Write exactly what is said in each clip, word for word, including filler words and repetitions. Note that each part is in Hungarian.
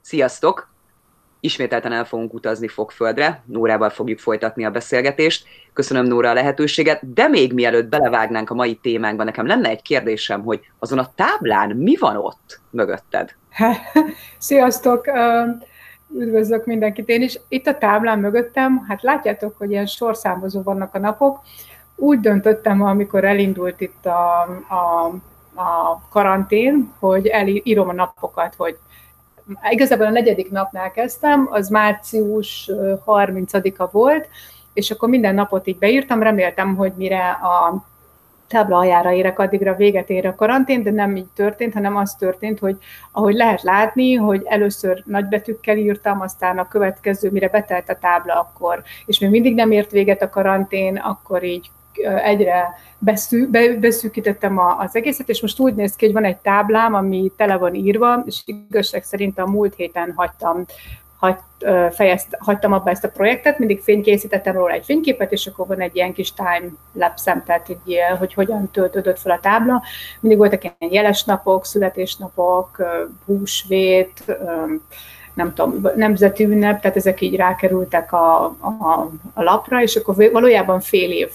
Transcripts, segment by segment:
Sziasztok! Ismételten el fogunk utazni Fokföldre, Nórával fogjuk folytatni a beszélgetést. Köszönöm, Nóra, a lehetőséget, de még mielőtt belevágnánk a mai témánkba, nekem lenne egy kérdésem, hogy azon a táblán mi van ott mögötted? Sziasztok! Üdvözlök mindenkit én is. Itt a táblán mögöttem, hát látjátok, hogy ilyen sorszámozó vannak a napok. Úgy döntöttem, amikor elindult itt a, a, a karantén, hogy elírom a napokat, hogy igazából a negyedik napnál kezdtem, az március harmincadika volt, és akkor minden napot így beírtam, reméltem, hogy mire a tábla aljára érek, addigra véget ér a karantén, de nem így történt, hanem az történt, hogy ahogy lehet látni, hogy először nagybetűkkel írtam, aztán a következő, mire betelt a tábla, akkor, és még mindig nem ért véget a karantén, akkor így egyre beszű, beszűkítettem az egészet, és most úgy néz ki, hogy van egy táblám, ami tele van írva, és igazság szerint a múlt héten hagytam, hagy, fejezt, hagytam abba ezt a projektet, mindig fénykészítettem róla egy fényképet, és akkor van egy ilyen kis time-lapse-em, tehát egy, hogy hogyan töltődött fel a tábla. Mindig voltak ilyen jeles napok, születésnapok, húsvét, nem tudom, nemzeti ünnep, tehát ezek így rákerültek a, a, a lapra, és akkor valójában fél év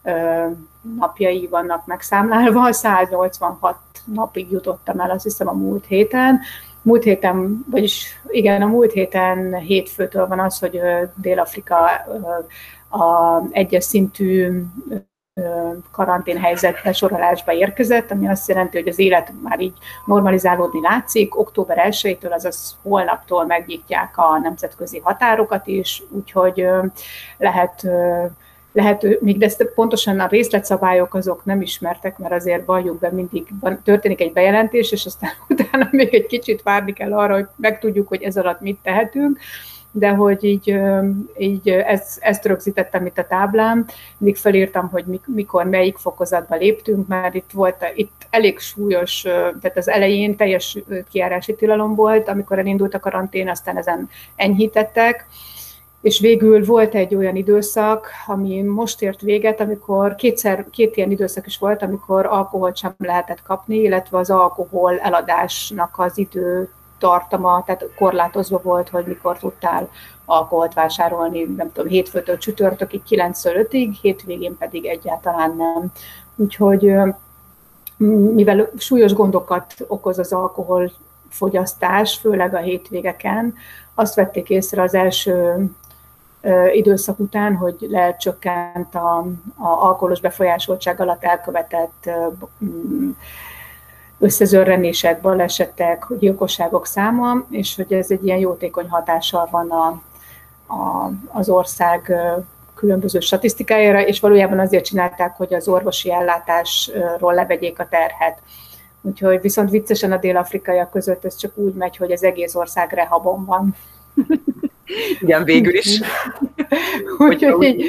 napjai vannak megszámlálva, száznyolcvanhat napig jutottam el, azt hiszem, a múlt héten. Múlt héten, vagyis igen, a múlt héten hétfőtől van az, hogy Dél-Afrika a egyes szintű karanténhelyzetbe, sorolásba érkezett, ami azt jelenti, hogy az élet már így normalizálódni látszik. október elsejétől, azaz holnaptól megnyitják a nemzetközi határokat is, úgyhogy lehet Lehet, még de ezt pontosan a részletszabályok azok nem ismertek, mert azért valljuk be, mindig van, történik egy bejelentés, és aztán utána még egy kicsit várni kell arra, hogy megtudjuk, hogy ez alatt mit tehetünk, de hogy így, így ezt, ezt rögzítettem itt a táblán, mindig felírtam, hogy mikor, melyik fokozatba léptünk, mert itt volt, itt elég súlyos, tehát az elején teljes kijárási tilalom volt, amikor elindult a karantén, aztán ezen enyhítettek, és végül volt egy olyan időszak, ami most ért véget, amikor kétszer, két ilyen időszak is volt, amikor alkoholt sem lehetett kapni, illetve az alkohol eladásnak az időtartama, tehát korlátozva volt, hogy mikor tudtál alkoholt vásárolni, nem tudom, hétfőtől csütörtökig, kilenctől ötig, hétvégén pedig egyáltalán nem. Úgyhogy mivel súlyos gondokat okoz az alkoholfogyasztás, főleg a hétvégeken, azt vették észre az első időszak után, hogy lecsökkent a, a alkoholos befolyásoltság alatt elkövetett összezörrenések, balesetek, gyilkosságok száma, és hogy ez egy ilyen jótékony hatással van a, a, az ország különböző statisztikájára, és valójában azért csinálták, hogy az orvosi ellátásról levegyék a terhet. Úgyhogy viszont viccesen a dél-afrikaiak között ez csak úgy megy, hogy az egész ország rehabon van. Igen, végül is. Úgyhogy így,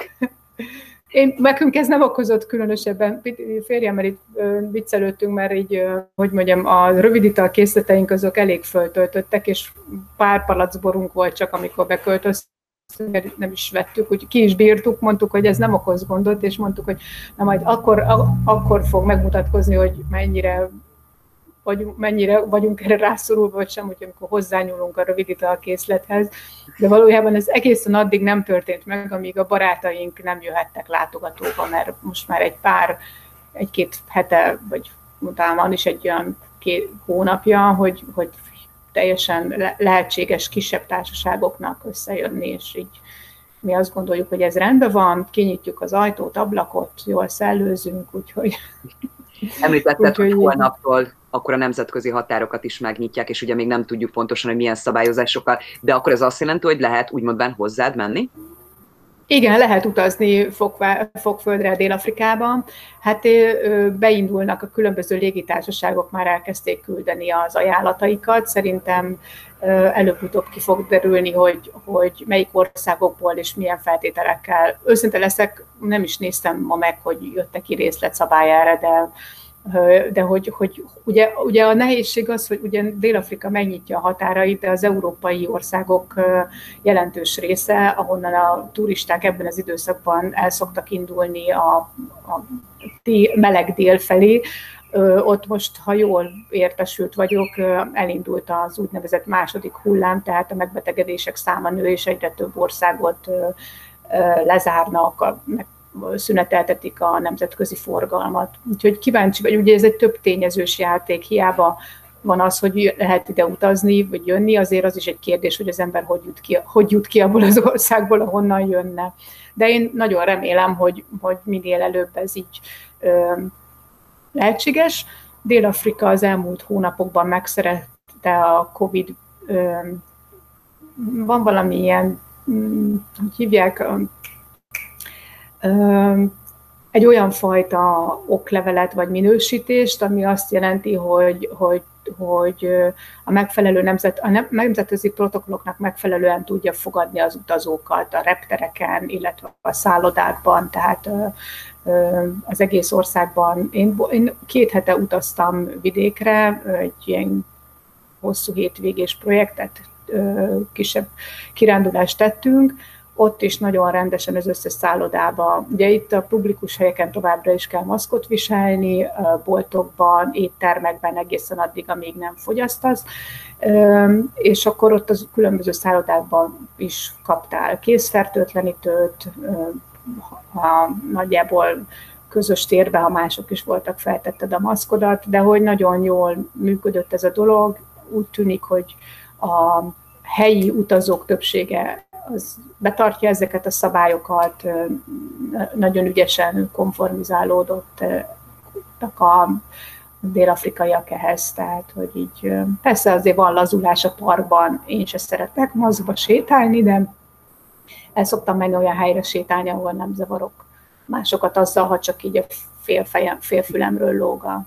én, nekünk ez nem okozott különösebben, férjemmel itt viccelődtünk, mert így, hogy mondjam, a rövid ital készleteink azok elég föltöltöttek, és pár palacborunk volt csak, amikor beköltöztünk, nem is vettük, úgy ki is bírtuk, mondtuk, hogy ez nem okoz gondot, és mondtuk, hogy na majd akkor, akkor fog megmutatkozni, hogy mennyire vagyunk, mennyire vagyunk erre rászorulva, vagy sem, hogy amikor hozzányúlunk a rövid ital készlethez, de valójában ez egészen addig nem történt meg, amíg a barátaink nem jöhettek látogatóba, mert most már egy pár, egy-két hete, vagy utána van is egy olyan két hónapja, hogy, hogy teljesen lehetséges kisebb társaságoknak összejönni, és így mi azt gondoljuk, hogy ez rendben van, kinyitjuk az ajtót, ablakot, jól szellőzünk, úgyhogy... Említetted, úgyhogy hogy holnaptól akkor a nemzetközi határokat is megnyitják, és ugye még nem tudjuk pontosan, hogy milyen szabályozásokkal, de akkor ez azt jelenti, hogy lehet úgymondban hozzád menni? Igen, lehet utazni Fokföldre, Dél-Afrikában. Hát beindulnak a különböző légitársaságok, már elkezdték küldeni az ajánlataikat. Szerintem előbb-utóbb ki fog derülni, hogy, hogy melyik országokból és milyen feltételekkel. Őszinte leszek, nem is néztem ma meg, hogy jöttek ki részletszabályára, de de hogy, hogy ugye, ugye a nehézség az, hogy ugye Dél-Afrika megnyitja a határait, de az európai országok jelentős része, ahonnan a turisták ebben az időszakban el szoktak indulni a, a meleg dél felé, Ott most, ha jól értesült vagyok, elindult az úgynevezett második hullám, tehát a megbetegedések száma nő, és egyre több országot lezárnak, szüneteltetik a nemzetközi forgalmat. Úgyhogy kíváncsi vagy, ugye ez egy több tényezős játék, hiába van az, hogy lehet ide utazni, vagy jönni, azért az is egy kérdés, hogy az ember hogy jut ki, hogy jut ki abból az országból, ahonnan jönne. De én nagyon remélem, hogy, hogy minél előbb ez így ö, lehetséges. Dél-Afrika az elmúlt hónapokban megszerette a Covid, ö, van valami ilyen, hogy hívják, ö, egy olyan fajta oklevelet vagy minősítést, ami azt jelenti, hogy, hogy, hogy a megfelelő nemzet, a nemzetközi protokolloknak megfelelően tudja fogadni az utazókat a reptereken, illetve a szállodákban, tehát az egész országban. Én, én két hete utaztam vidékre, egy ilyen hosszú hétvégés projektet, kisebb kirándulást tettünk, ott is nagyon rendesen az összes szállodába. Ugye itt a publikus helyeken továbbra is kell maszkot viselni, boltokban, éttermekben egészen addig, amíg nem fogyasztasz, és akkor ott az különböző szállodákban is kaptál kézfertőtlenítőt, ha nagyjából közös térben, ha mások is voltak, feltetted a maszkodat, de hogy nagyon jól működött ez a dolog, úgy tűnik, hogy a helyi utazók többsége az betartja ezeket a szabályokat, nagyon ügyesen konformizálódott a dél-afrikaiak ehhez, tehát hogy így persze azért van lazulás a parkban, én se szeretek maszkba sétálni, de el szoktam menni olyan helyre sétálni, ahol nem zavarok másokat azzal, ha csak így a félfejem, félfülemről lóg a,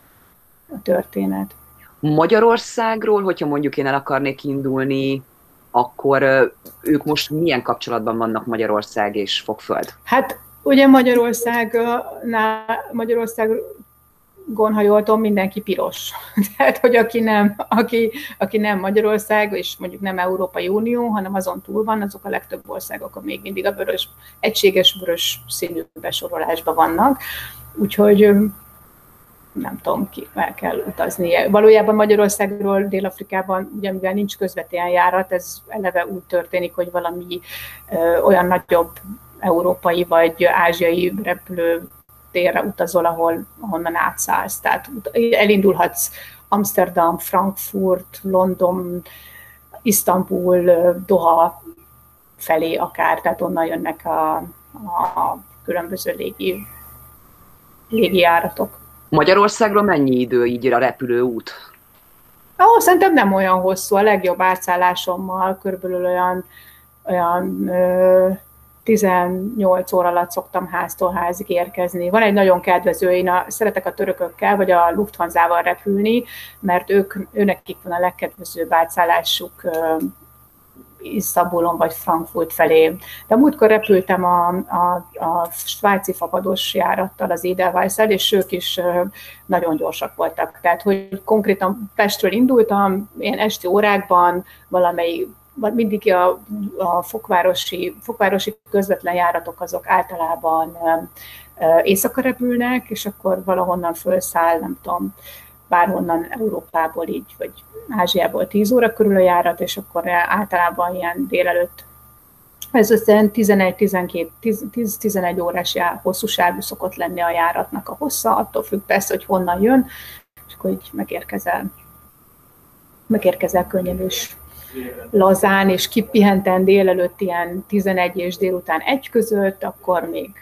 a történet. Magyarországról, hogyha mondjuk én el akarnék indulni, akkor ők most milyen kapcsolatban vannak Magyarország és Fokföld? Hát ugye Magyarországnál, Magyarországon, ha jól tudom, mindenki piros. Tehát, hogy aki nem, aki, aki nem Magyarország, és mondjuk nem Európai Unió, hanem azon túl van, azok a legtöbb országok még mindig a vörös, egységes vörös színű besorolásban vannak. Úgyhogy nem tudom, kivel kell utaznia. Valójában Magyarországról Dél-Afrikában, ugye mivel nincs közvetlen járat, ez eleve úgy történik, hogy valami ö, olyan nagyobb európai vagy ázsiai repülőtérre utazol, ahol, ahonnan átszállsz. Tehát elindulhatsz Amsterdam, Frankfurt, London, Isztambul, Doha felé akár, tehát onnan jönnek a, a különböző légi, légi járatok. Magyarországról mennyi idő így a repülőút? Ó, szerintem nem olyan hosszú, a legjobb átszállásommal körülbelül olyan, olyan ö, tizennyolc óra alatt szoktam háztól házig érkezni. Van egy nagyon kedvező, én a, szeretek a törökökkel vagy a Lufthansa-val repülni, mert ők, őnekik van a legkedvezőbb átszállásuk ö, Isztambulon vagy Frankfurt felé. De múltkor repültem a, a, a svájci fapados járattal, az Edelweiss-el, és ők is nagyon gyorsak voltak. Tehát, hogy konkrétan Pestről indultam, ilyen esti órákban valamelyik, mindig a, a fokvárosi, fokvárosi közvetlen járatok azok általában éjszaka repülnek, és akkor valahonnan felszáll, nem tudom, bárhonnan Európából így, vagy Ázsiából tíz óra körül a járat, és akkor általában ilyen délelőtt. Ez összesen tizenegy-tizenkét, tíz-tizenegy órás jár, hosszúságú szokott lenni a járatnak a hossza, attól függ persze, hogy honnan jön, és akkor így megérkezel, megérkezel könnyen és lazán, és kipihenten délelőtt ilyen tizenegy és délután egy között, akkor még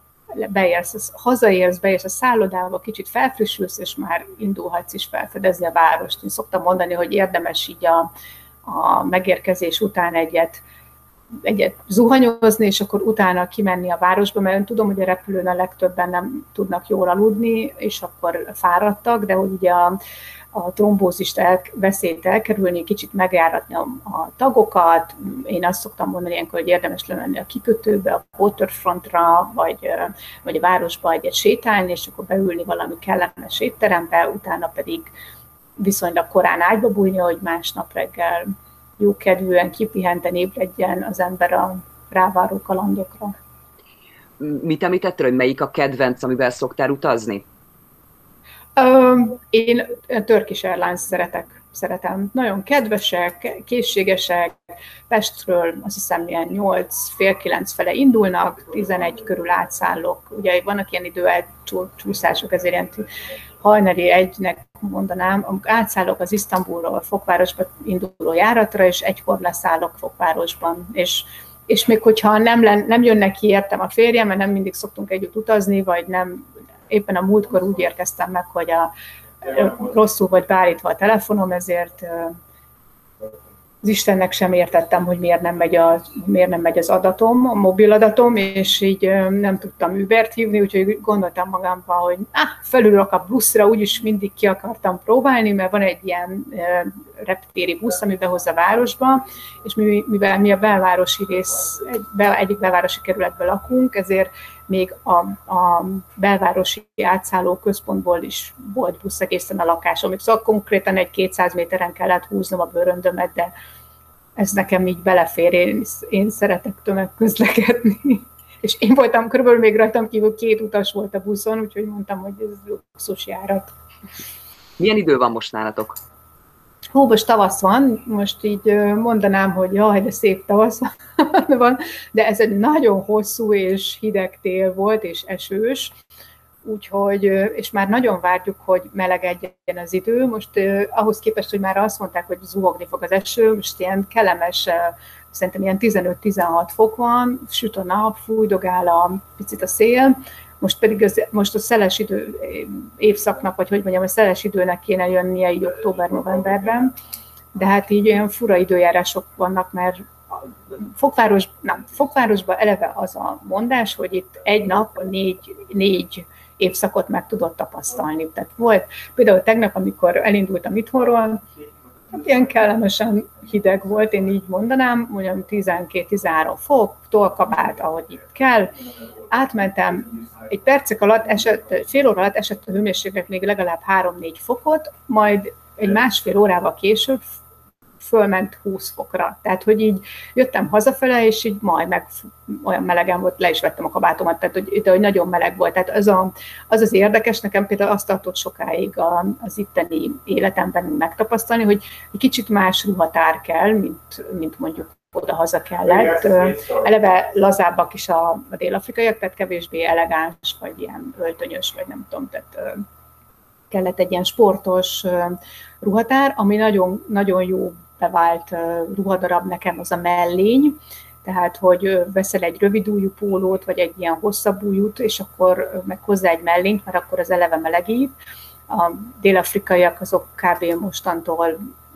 beérsz, hazaérsz, beérsz a szállodába, kicsit felfrissülsz, és már indulhatsz is felfedezni a várost. Én szoktam mondani, hogy érdemes így a, a megérkezés után egyet, egyet zuhanyozni, és akkor utána kimenni a városba, mert én tudom, hogy a repülőn a legtöbben nem tudnak jól aludni, és akkor fáradtak, de hogy ugye a, a trombózist el, veszélyt elkerülni, kicsit megjáratni a, a tagokat. Én azt szoktam mondani ilyenkor, hogy érdemes lemenni a kikötőbe, a waterfrontra, vagy, vagy a városba egyet sétálni, és akkor beülni valami kellemes étterembe, utána pedig viszonylag korán ágyba bújni, hogy másnap reggel jókedvűen, kipihenten ébredjen az ember a ráváró kalandokra. Mit említettél, hogy melyik a kedvenc, amivel szoktál utazni? Um, én Turkish Airlines szeretek, szeretem. Nagyon kedvesek, készségesek, Pestről azt hiszem ilyen nyolc, fél kilenc fele indulnak, tizenegy körül átszállok. Ugye vannak ilyen időelcsúszások, ezért ilyen hajnali egynek mondanám, amikor átszállok az Isztambulról Fokvárosba induló járatra, és egykor leszállok Fokvárosban, és és még hogyha nem, len, nem jönnek ki értem a férjem, mert nem mindig szoktunk együtt utazni, vagy nem, éppen a múltkor úgy érkeztem meg, hogy a, rosszul vagy beállítva a telefonom, ezért az Istennek sem értettem, hogy miért nem megy, a, miért nem megy az adatom, a mobil adatom, és így nem tudtam Ubert hívni, úgyhogy gondoltam magamban, hogy ah, felülök a buszra, úgyis mindig ki akartam próbálni, mert van egy ilyen reptéri busz, ami behoz a városba, és mi, mivel mi a belvárosi rész, egy, be, egyik belvárosi kerületben lakunk, ezért még a, a belvárosi átszálló központból is volt busz egészen a lakásom. Szóval konkrétan egy kétszáz méteren kellett húznom a bőröndömet, de ez nekem így belefér, én, én szeretek tömegközlekedni. És én voltam, körülbelül még rajtam kívül két utas volt a buszon, úgyhogy mondtam, hogy ez luxus járat. Milyen idő van most nálatok? Hú, most tavasz van, most így mondanám, hogy jaj, de szép tavasz van, de ez egy nagyon hosszú és hideg tél volt, és esős, úgyhogy, és már nagyon várjuk, hogy melegedjen az idő. Most eh, ahhoz képest, hogy már azt mondták, hogy zuhogni fog az eső, most ilyen kellemes, eh, szerintem ilyen tizenöt-tizenhat fok van, süt a nap, fújdogál a picit a szél, most pedig az, most a szeles idő évszaknak, vagy hogy mondjam, a szeles időnek kéne jönnie így október-novemberben, de hát így olyan fura időjárások vannak, mert Fokváros, nem, Fokvárosban eleve az a mondás, hogy itt egy nap négy, négy évszakot meg tudott tapasztalni. Tehát volt például tegnap, amikor elindultam itthonról, hát ilyen kellemesen hideg volt, én így mondanám, mondjam tizenkét-tizenhárom fok, tolkabált, ahogy itt kell. Átmentem, egy percek alatt esett, fél óra alatt esett a hőmérséklet még legalább három-négy fokot, majd egy másfél órával később fölment húsz fokra. Tehát, hogy így jöttem hazafele, és így majd meg olyan melegen volt, le is vettem a kabátomat, tehát, hogy, de, hogy nagyon meleg volt. Tehát az, a, az az érdekes, nekem például azt tartott sokáig a, az itteni életemben megtapasztalni, hogy egy kicsit más ruhatár kell, mint, mint mondjuk oda-haza kellett. Eleve lazábbak is a, a dél-afrikaiak, tehát kevésbé elegáns, vagy ilyen öltönyös, vagy nem tudom, tehát kellett egy ilyen sportos ruhatár, ami nagyon, nagyon jó bevált ruhadarab nekem az a mellény, tehát, hogy veszel egy rövidújú pólót, vagy egy ilyen hosszabb újút, és akkor meg hozzá egy mellényt, mert akkor az eleve melegít. A dél-afrikaiak azok kb. mostantól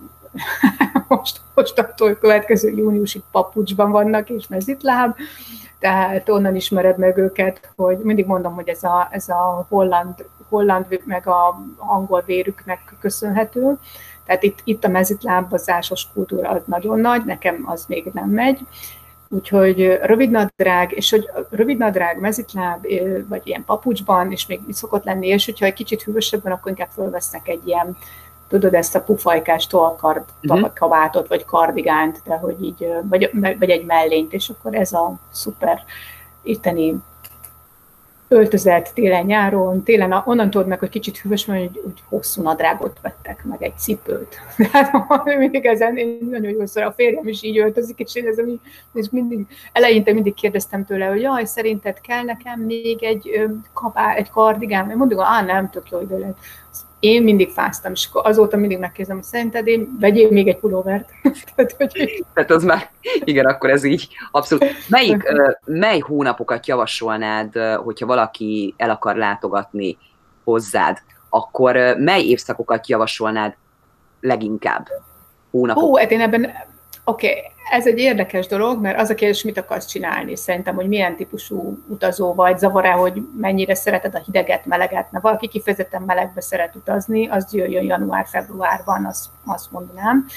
most, mostantól következő júniusig papucsban vannak, és mezitláb, tehát onnan ismered meg őket, hogy mindig mondom, hogy ez a, ez a holland, holland meg a angol vérüknek köszönhető. Tehát itt, itt a mezitlábazásos kultúra az nagyon nagy, nekem az még nem megy. Úgyhogy rövidnadrág, és hogy rövidnadrág, mezitláb, vagy ilyen papucsban, és még szokott lenni, és hogyha egy kicsit hűvösebben, akkor inkább fölvesznek egy ilyen, tudod, ezt a pufajkás tolkard uh-huh. kabátot, vagy kardigánt, de hogy így, vagy, vagy egy mellényt, és akkor ez a szuper itteni öltözet télen-nyáron, télen onnan tudod meg, hogy kicsit hűvös, mert hogy, hogy hosszú nadrágot vettek, meg egy cipőt. Tehát mindig ezen, én nagyon jószor a férjem is így öltözik, és én ezen, és mindig, eleinte mindig kérdeztem tőle, hogy jaj, szerinted kell nekem még egy kabá, egy kardigán? Én mondjuk, á, nem, tök jó idő lett. Én mindig fáztam, és azóta mindig megkérdezem, hogy szerinted én vegyél még egy pulóvert. Tehát, hogy... Tehát az már, igen, akkor ez így abszolút. Melyik, mely hónapokat javasolnád, hogyha valaki el akar látogatni hozzád, akkor mely évszakokat javasolnád leginkább? Hónapok? Ó, hát én ebben, oké, okay, ez egy érdekes dolog, mert az a kérdés, mit akarsz csinálni. Szerintem, hogy milyen típusú utazó vagy, zavar-e, hogy mennyire szereted a hideget, meleget, mert valaki kifejezetten melegbe szeret utazni, az jöjjön január-februárban, azt, azt mondanám.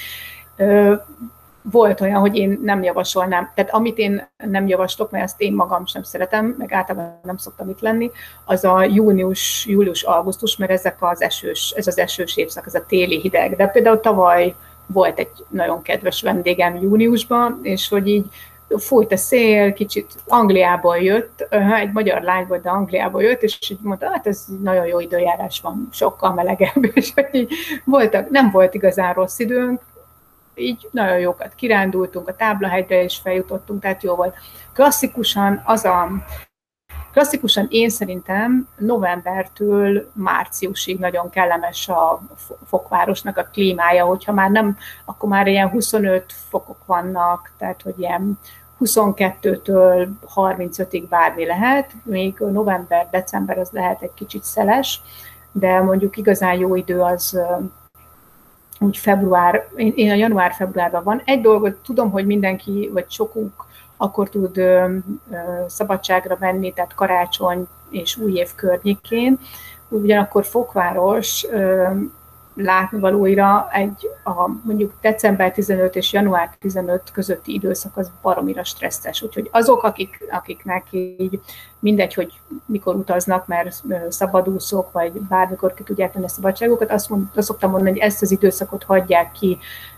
Volt olyan, hogy én nem javasolnám, tehát amit én nem javaslok, mert ezt én magam sem szeretem, meg általában nem szoktam itt lenni, az a június, július, augusztus, mert ezek az esős, ez az esős évszak, ez a téli hideg. De például tavaly volt egy nagyon kedves vendégem júniusban, és hogy így fújt a szél, kicsit Angliából jött, egy magyar lány volt, de Angliából jött, és így mondta, hát ez nagyon jó időjárás van, sokkal melegebb, és így voltak, nem volt igazán rossz időnk, így nagyon jókat kirándultunk, a táblahegyre is feljutottunk, tehát jó volt. Klasszikusan az a Klasszikusan én szerintem novembertől márciusig nagyon kellemes a Fokvárosnak a klímája, hogyha már nem, akkor már ilyen huszonöt fokok vannak, tehát hogy ilyen huszonkettőtől harmincötig bármi lehet, még november-december az lehet egy kicsit szeles, de mondjuk igazán jó idő az úgy február, én a január-februárban van. Egy dolgot tudom, hogy mindenki, vagy sokunk akkor tud ö, ö, szabadságra menni, tehát karácsony és új év környékén. Ugyanakkor Fokváros ö, látnivalóira egy, a, mondjuk december tizenöt és január tizenöt közötti időszak az baromira stresszes. Úgyhogy azok, akik, akiknek így mindegy, hogy mikor utaznak, mert szabadúszók, vagy bármikor ki tudják venni a szabadságokat, azt, mond, azt szoktam mondani, hogy ezt az időszakot hagyják ki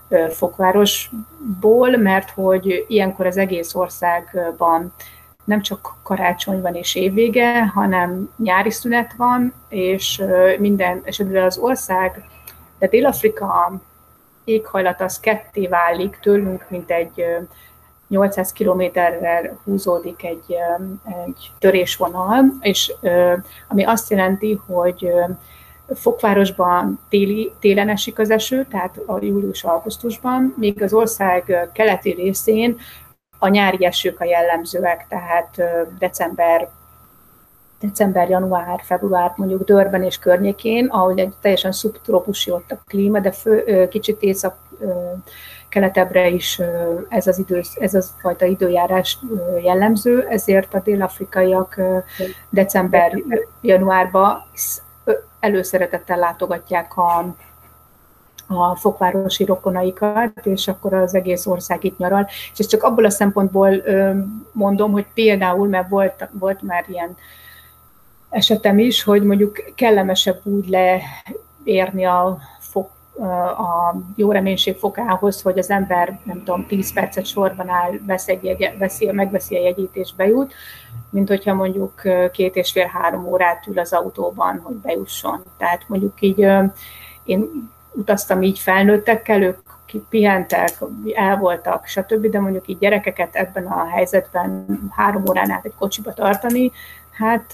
Fokvárosból, mert hogy ilyenkor az egész országban nem csak karácsony van és évvége, hanem nyári szünet van, és minden, és az ország, de Dél-Afrika éghajlat az ketté válik tőlünk, mint egy nyolcszáz kilométerrel húzódik egy, egy törésvonal, és ami azt jelenti, hogy Fokvárosban téli, télen esik az eső, tehát a július-augusztusban, míg az ország keleti részén a nyári esők a jellemzőek, tehát december, december, január, február, mondjuk Durban és környékén, ahol egy teljesen szubtrópusi ott a klíma, de fő, kicsit észak keletebbre is ez az, idő, ez az fajta időjárás jellemző, ezért a dél-afrikaiak december-januárban előszeretettel látogatják a, a fokvárosi rokonaikat, és akkor az egész ország itt nyaral. És ezt csak abból a szempontból mondom, hogy például, mert volt, volt már ilyen esetem is, hogy mondjuk kellemesebb úgy leérni a, fok, a jó reménység fokához, hogy az ember, nem tudom, tíz percet sorban áll, vesz egy jegy, veszi, megveszi a jegyét és bejut, mint hogyha mondjuk két és fél-három órát ül az autóban, hogy bejusson. Tehát mondjuk így én utaztam így felnőttekkel, ők pihentek, el voltak, stb., de mondjuk így gyerekeket ebben a helyzetben három órán át egy kocsiba tartani, hát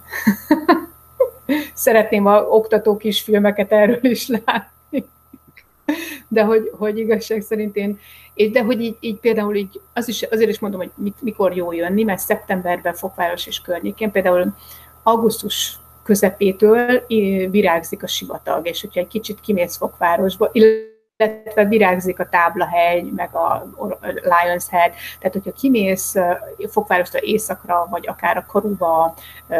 szeretném a oktató kisfilmeket erről is látni. De hogy, hogy igazság szerint én, de hogy így, így például így, az is, azért is mondom, hogy mit, mikor jó jönni, mert szeptemberben Fokváros és környékén, például augusztus közepétől virágzik a sivatag, és hogyha egy kicsit kimész Fokvárosba, illetve virágzik a táblahegy, meg a Lions Head, tehát hogyha kimész Fokvárostól északra, vagy akár a Karuba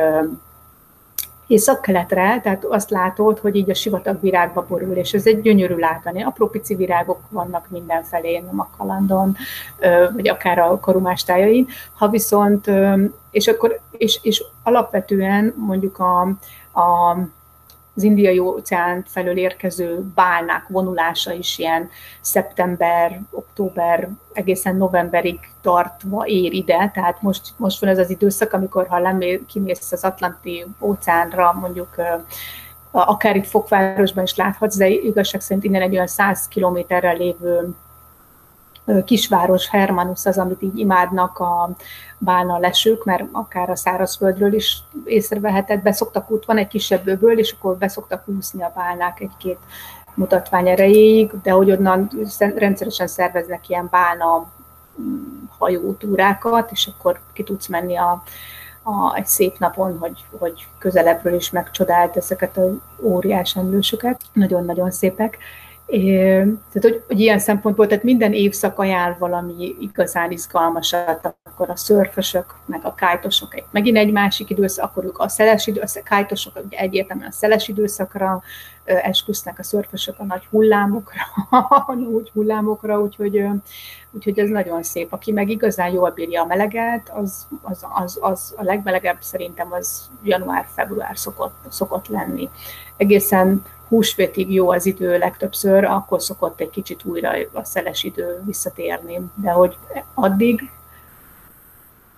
észak-keletre, tehát azt látod, hogy így a sivatag virágba borul, és ez egy gyönyörű látani. Apró pici virágok vannak mindenfelé, nem a kalandon, vagy akár a karumás tájain. Ha viszont, és akkor, és, és alapvetően mondjuk a, a az Indiai óceán felől érkező bálnák vonulása is ilyen szeptember, október, egészen novemberig tartva ér ide, tehát most, most van ez az időszak, amikor ha lemél, kimész az Atlanti óceánra, mondjuk akár itt Fokvárosban is láthatsz, de igazság szerint innen egy olyan száz kilométerrel lévő kisváros, Hermanus az, amit így imádnak a bálna lesők, mert akár a szárazföldről is észrevehetett, beszoktak út, van egy kisebb öböl, és akkor beszoktak úszni a bálnák egy-két mutatvány erejéig, de hogy onnan rendszeresen szerveznek ilyen bálna hajótúrákat, és akkor ki tudsz menni a, a, egy szép napon, hogy, hogy közelebbről is megcsodáld ezeket az óriás emlősöket. Nagyon-nagyon szépek. É, tehát, hogy, hogy ilyen szempontból, tehát minden évszak ajánl valami igazán izgalmasat, akkor a szörfösök, meg a kájtosok egy, megint egy másik időszak, akkor ők a szeles időszak, a kájtosok egyértelműen a szeles időszakra esküsznek, a szörfösök a nagy hullámokra, a nagy hullámokra, úgyhogy, úgyhogy ez nagyon szép. Aki meg igazán jól bírja a meleget, az, az, az, az a legmelegebb szerintem az január-február szokott, szokott lenni. Egészen húsvétig jó az idő legtöbbször, akkor szokott egy kicsit újra a szeles idő visszatérni. De hogy addig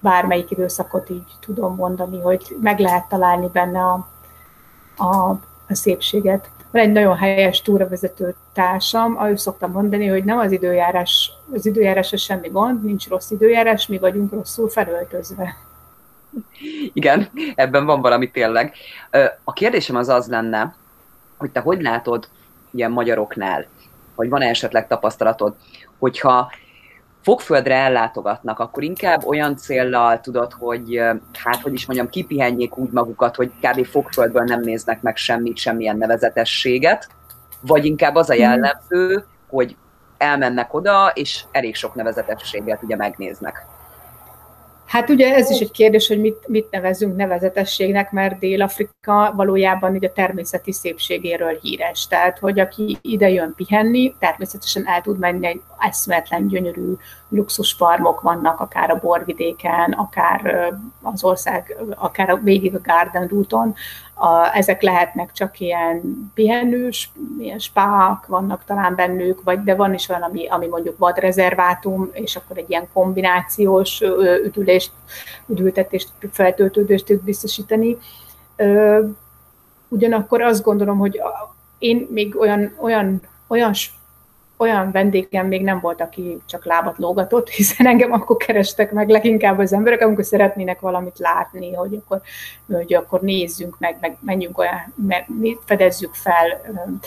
bármelyik időszakot így tudom mondani, hogy meg lehet találni benne a, a, a szépséget. Van egy nagyon helyes túravezető társam, ő szoktam mondani, hogy nem az időjárás, az időjárásra semmi gond, nincs rossz időjárás, mi vagyunk rosszul felöltözve. Igen, ebben van valami tényleg. A kérdésem az az lenne, hogy te hogy látod ilyen magyaroknál, hogy van-e esetleg tapasztalatod, hogyha Fokföldre ellátogatnak, akkor inkább olyan céllal tudod, hogy hát, hogy is mondjam, kipihenjék úgy magukat, hogy kb. Fokföldből nem néznek meg semmit, semmilyen nevezetességet, vagy inkább az a jellemző, hogy elmennek oda, és elég sok nevezetességet ugye megnéznek. Hát ugye ez is egy kérdés, hogy mit, mit nevezünk nevezetességnek, mert Dél-Afrika valójában így a természeti szépségéről híres. Tehát, hogy aki ide jön pihenni, természetesen el tud menni, egy eszméletlen gyönyörű luxusfarmok vannak, akár a borvidéken, akár az ország, akár a végig a Garden úton. A, ezek lehetnek csak ilyen pihenős, ilyen spák vannak talán bennük, vagy, de van is olyan, ami, ami mondjuk vadrezervátum, és akkor egy ilyen kombinációs üdülést, üdültetést, feltöltődést tud biztosítani. Ugyanakkor azt gondolom, hogy én még olyan, olyan, olyan olyan vendégem még nem volt, aki csak lábat lógatott, hiszen engem akkor kerestek meg leginkább az emberek, amikor szeretnének valamit látni, hogy akkor, hogy akkor nézzünk meg, meg menjünk olyan, meg fedezzük fel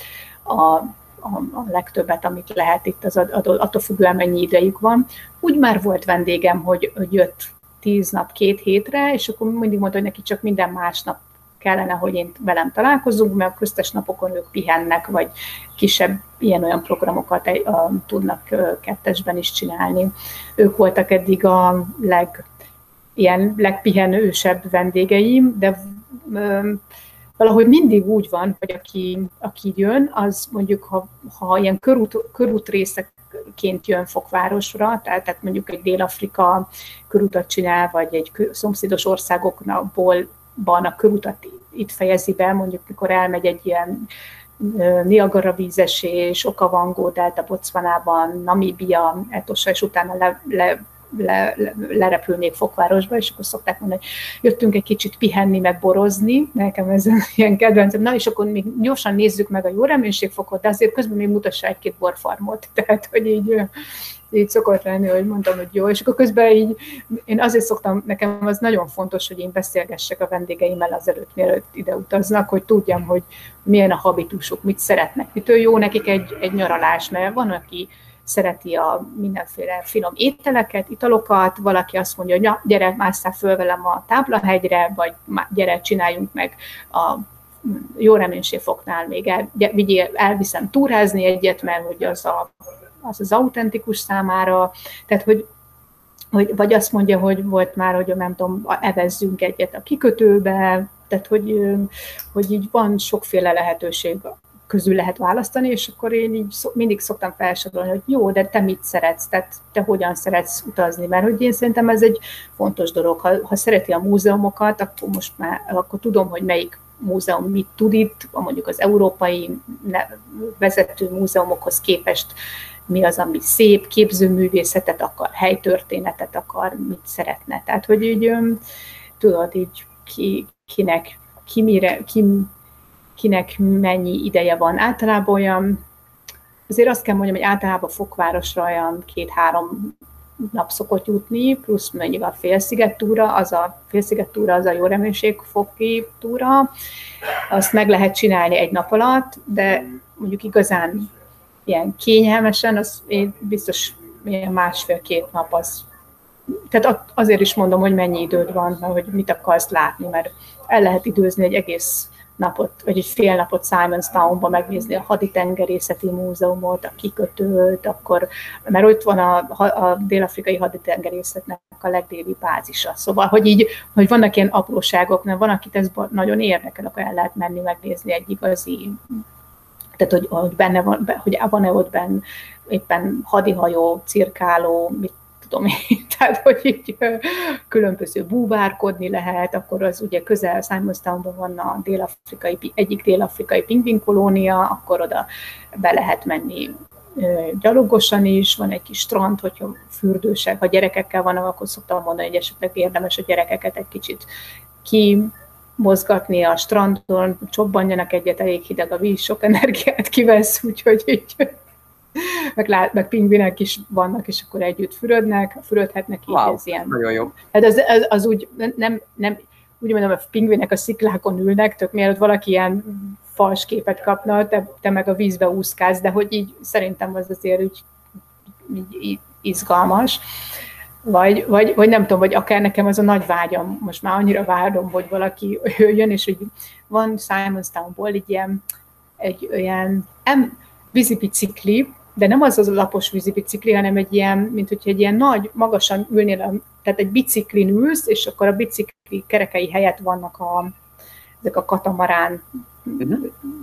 a, a, a legtöbbet, amit lehet itt, az attól függően mennyi idejük van. Úgy már volt vendégem, hogy, hogy jött tíz nap, két hétre, és akkor mindig mondta, hogy neki csak minden másnap kellene, hogy én velem találkozunk, mert a köztes napokon ők pihennek, vagy kisebb ilyen-olyan programokat uh, tudnak uh, kettesben is csinálni. Ők voltak eddig a leg, ilyen legpihenősebb vendégeim, de um, valahogy mindig úgy van, hogy aki, aki jön, az mondjuk, ha, ha ilyen körút, körútrészekként jön Fokvárosra, tehát, tehát mondjuk egy Dél-Afrika körutat csinál, vagy egy szomszédos országokból van a körutat itt fejezi be, mondjuk mikor elmegy egy ilyen Niagara vízesés, Okavango, Delta, Botswanában, Namíbia, Etosha, és utána le, le, le, le, lerepülnék Fokvárosba, és akkor szokták mondani, hogy jöttünk egy kicsit pihenni, meg borozni, nekem ez ilyen kedvencem, na és akkor még gyorsan nézzük meg a jó reménységfokot, de azért közben még mutassa egy-két borfarmot, tehát hogy így így szokott lenni, hogy mondtam, hogy jó, és akkor közben így, én azért szoktam, nekem az nagyon fontos, hogy én beszélgessek a vendégeimmel azelőtt, mielőtt ide utaznak, hogy tudjam, hogy milyen a habitusuk, mit szeretnek, mitől jó nekik egy, egy nyaralás, mert van, aki szereti a mindenféle finom ételeket, italokat, valaki azt mondja, hogy ja, gyere, másszál föl velem a táblahegyre, vagy gyere, csináljunk meg a jó reménységfoknál még el, vigyél, elviszem túrázni egyet, mert hogy az a az az autentikus számára, tehát hogy, hogy vagy azt mondja, hogy volt már, hogy nem tudom, evezzünk egyet a kikötőbe, tehát hogy, hogy így van sokféle lehetőség közül lehet választani, és akkor én így mindig szoktam felsorolni, hogy jó, de te mit szeretsz, tehát te hogyan szeretsz utazni, mert hogy én szerintem ez egy fontos dolog. Ha, ha szereti a múzeumokat, akkor most már akkor tudom, hogy melyik múzeum mit tud itt, mondjuk az európai vezető múzeumokhoz képest mi az, ami szép, képzőművészetet akar, helytörténetet akar, mit szeretne. Tehát, hogy így, tudod, így ki, kinek, ki mire, ki, kinek mennyi ideje van. Általában olyan, azért azt kell mondjam, hogy általában Fokvárosra olyan két-három nap szokott jutni, plusz mondjuk a félsziget túra, az a félsziget túra, az a jó reménységfoki túra, azt meg lehet csinálni egy nap alatt, de mondjuk igazán ilyen kényelmesen, az én biztos másfél-két nap az. Tehát azért is mondom, hogy mennyi időd van, hogy mit akarsz látni, mert el lehet időzni egy egész napot, vagy egy fél napot Simonstownba megnézni a haditengerészeti múzeumot, a kikötőt, akkor, mert ott van a, a dél-afrikai haditengerészetnek a legdéli bázisa. Szóval, hogy így, hogy vannak ilyen apróságok, mert van, akit ez nagyon érdekel, akkor el lehet menni megnézni egy igazi, tehát, hogy, hogy benne van, hogy van-e ott benne éppen hadihajó, cirkáló, mit tudom én, tehát, hogy így különböző búvárkodni lehet, akkor az ugye közel Simonstownban van a dél-afrikai, egyik dél-afrikai pingvinkolónia, akkor oda be lehet menni gyalogosan is, van egy kis strand, hogyha fürdősek, ha gyerekekkel vannak, akkor szoktam mondani, hogy esetleg érdemes a gyerekeket egy kicsit kimozgatni a strandon, csobbanjanak egyet, elég hideg a víz, sok energiát kivesz, úgyhogy így, meg, lát, meg pingvinek is vannak, és akkor együtt fürödnek, fürödhetnek így, wow, ez ilyen. Nagyon jó. Hát az, az, az úgy nem, nem, úgy mondom, a pingvinek a sziklákon ülnek, tök mielőtt valaki ilyen fals képet kapna, te, te meg a vízbe úszkálsz, de hogy így szerintem az azért úgy, így, így izgalmas. Vagy, vagy, vagy nem tudom, vagy akár nekem az a nagy vágyam, most már annyira várom, hogy valaki jöjjön, és hogy van Simonstownból egy ilyen, egy olyan em, vízibicikli, de nem az az a lapos vízibicikli, hanem egy ilyen, mint hogyha egy ilyen nagy, magasan ülnél, tehát egy biciklin ülsz, és akkor a bicikli kerekei helyett vannak a, ezek a katamarán uh-huh.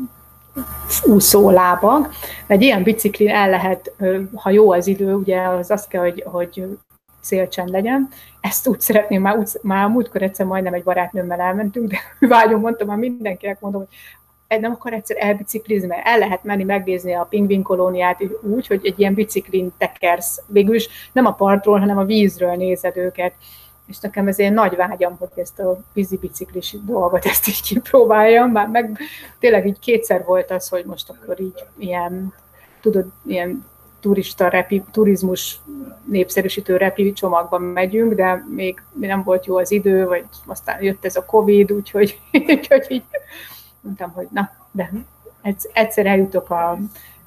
úszólábak. Egy ilyen biciklin el lehet, ha jó az idő, ugye az azt kell, hogy, hogy szélcsend legyen. Ezt úgy szeretném, már, úgy, már múltkor egyszer majdnem egy barátnőmmel elmentünk, de vágyom, mondtam, már mindenkinek mondom, hogy nem akar egyszer elbiciklizni, mert el lehet menni megnézni a pingvin kolóniát úgy, hogy egy ilyen biciklin tekersz. Végülis nem a partról, hanem a vízről nézed őket. És nekem ez ilyen nagy vágyam, hogy ezt a vízi biciklis dolgot, ezt így kipróbáljam. Már meg tényleg így kétszer volt az, hogy most akkor így ilyen, tudod, ilyen turista repi, turizmus népszerűsítő repi csomagban megyünk, de még nem volt jó az idő, vagy aztán jött ez a Covid, úgyhogy, úgyhogy így mondtam, hogy na, de egyszer eljutok a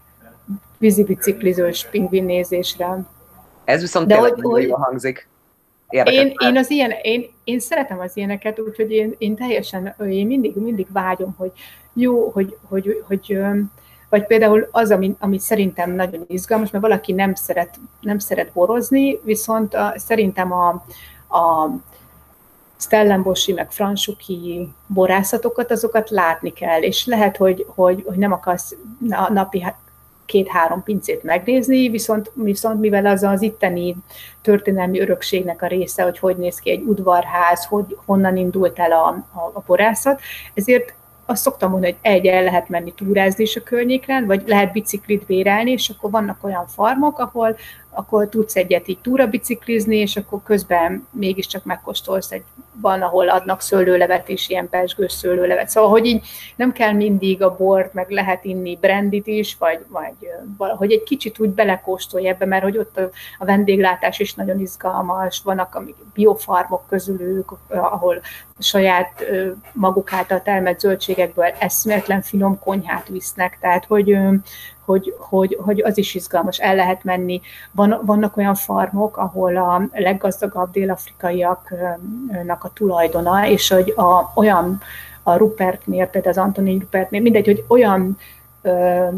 vízibiciklizős pingvin nézésre. Ez viszont tényleg nagyon jól hangzik. Én, én, az ilyen, én, én szeretem az ilyeneket, úgyhogy én, én teljesen, én mindig, mindig vágyom, hogy jó, hogy, hogy, hogy vagy például az, ami, ami szerintem nagyon izgalmas, mert valaki nem szeret, nem szeret borozni, viszont a, szerintem a, a Stellenbosch-i, meg Franschhoeki borászatokat, azokat látni kell, és lehet, hogy, hogy, hogy nem akarsz napi két-három pincét megnézni, viszont, viszont mivel az az itteni történelmi örökségnek a része, hogy hogy néz ki egy udvarház, hogy honnan indult el a, a, a borászat, ezért azt szoktam mondani, hogy egy, el lehet menni túrázni is a környéken, vagy lehet biciklit bérelni, és akkor vannak olyan farmok, ahol akkor tudsz egyet így túrabiciklizni, és akkor közben mégiscsak megkóstolsz egy, van, ahol adnak szőlőlevet is, ilyen pezsgős szőlőlevet. Szóval, hogy így nem kell mindig a bort, meg lehet inni brandit is, vagy, vagy valahogy egy kicsit úgy belekóstolj ebbe, mert hogy ott a, a vendéglátás is nagyon izgalmas, vannak a biofarmok közülük, ahol a saját maguk által termelt zöldségekből eszméletlen finom konyhát visznek, tehát hogy Hogy, hogy, hogy az is izgalmas, el lehet menni. Van, vannak olyan farmok, ahol a leggazdagabb dél-afrikaiaknak a tulajdona, és hogy a, olyan a Rupertnél, például az Anthony Rupertnél, mindegy, hogy olyan ö,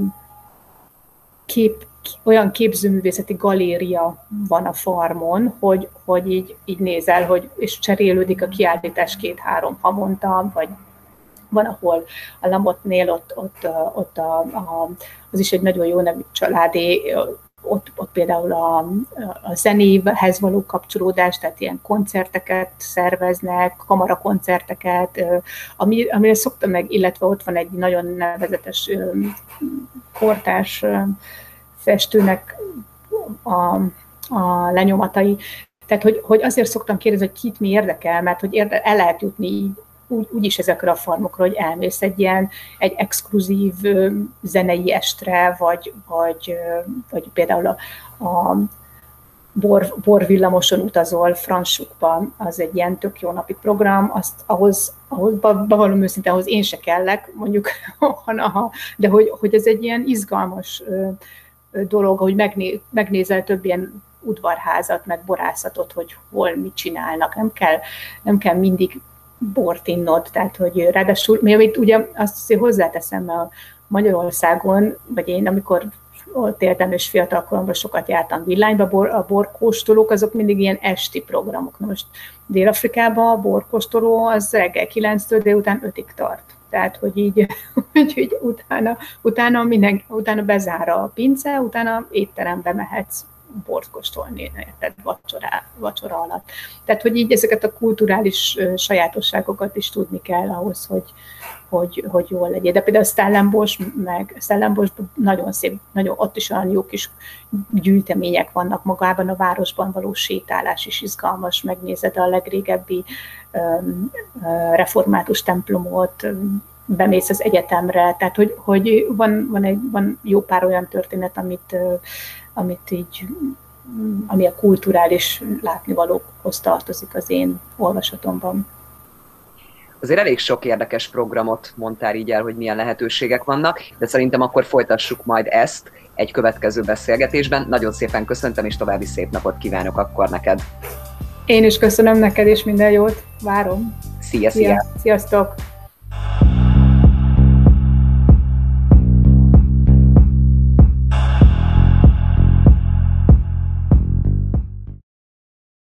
kép, olyan képzőművészeti galéria van a farmon, hogy, hogy így, így nézel, hogy, és cserélődik a kiállítás két-három havonta, vagy van, ahol a Lamotnél ott, ott, ott a, a, az is egy nagyon jó nevű családé, ott, ott például a, a zenéhez való kapcsolódás, tehát ilyen koncerteket szerveznek, kamarakoncerteket, ami, amire szoktam meg, illetve ott van egy nagyon nevezetes kortárs festőnek a, a lenyomatai. Tehát, hogy, hogy azért szoktam kérdezni, hogy kit mi érdekel, mert hogy érde, el lehet jutni így, úgy, úgyis ezekre a farmokra, hogy elmész egy ilyen, egy exkluzív zenei estre, vagy, vagy, vagy például a, a bor, borvillamoson utazol Franschhoekban, az egy ilyen tök jó napi program, azt ahhoz, ahhoz bevallom őszintén, ahhoz én se kellek, mondjuk, de hogy, hogy ez egy ilyen izgalmas dolog, hogy megné, megnézel több ilyen udvarházat, meg borászatot, hogy hol mit csinálnak. Nem kell, nem kell mindig bort innod, tehát hogy ráadásul, mi amit ugye azt azért hozzáteszem, mert Magyarországon, vagy én amikor ott éltem és fiatal koromban sokat jártam villányba, bor, a borkóstolók azok mindig ilyen esti programok. Na most Dél-Afrikában a borkóstoló az reggel kilenctől délután ötig tart. Tehát, hogy így, hogy, hogy utána, utána, minden, utána bezár a pince, utána étterembe mehetsz bort kóstolni, érted, vacsorá, vacsora alatt. Tehát, hogy így ezeket a kulturális sajátosságokat is tudni kell ahhoz, hogy, hogy, hogy jól legyen. De például a Stellenbosch, meg Stellenboschban nagyon szép, nagyon, ott is olyan jó kis gyűjtemények vannak magában, a városban való sétálás is izgalmas, megnézed a legrégebbi um, református templomot, bemész az egyetemre, tehát hogy, hogy van, van, egy, van jó pár olyan történet, amit, amit így, ami a kulturális látnivalókhoz tartozik az én olvasatomban. Azért elég sok érdekes programot mondtál így el, hogy milyen lehetőségek vannak, de szerintem akkor folytassuk majd ezt egy következő beszélgetésben. Nagyon szépen köszöntem, és további szép napot kívánok akkor neked. Én is köszönöm neked, és minden jót várom. Szia, szia! Sziasztok!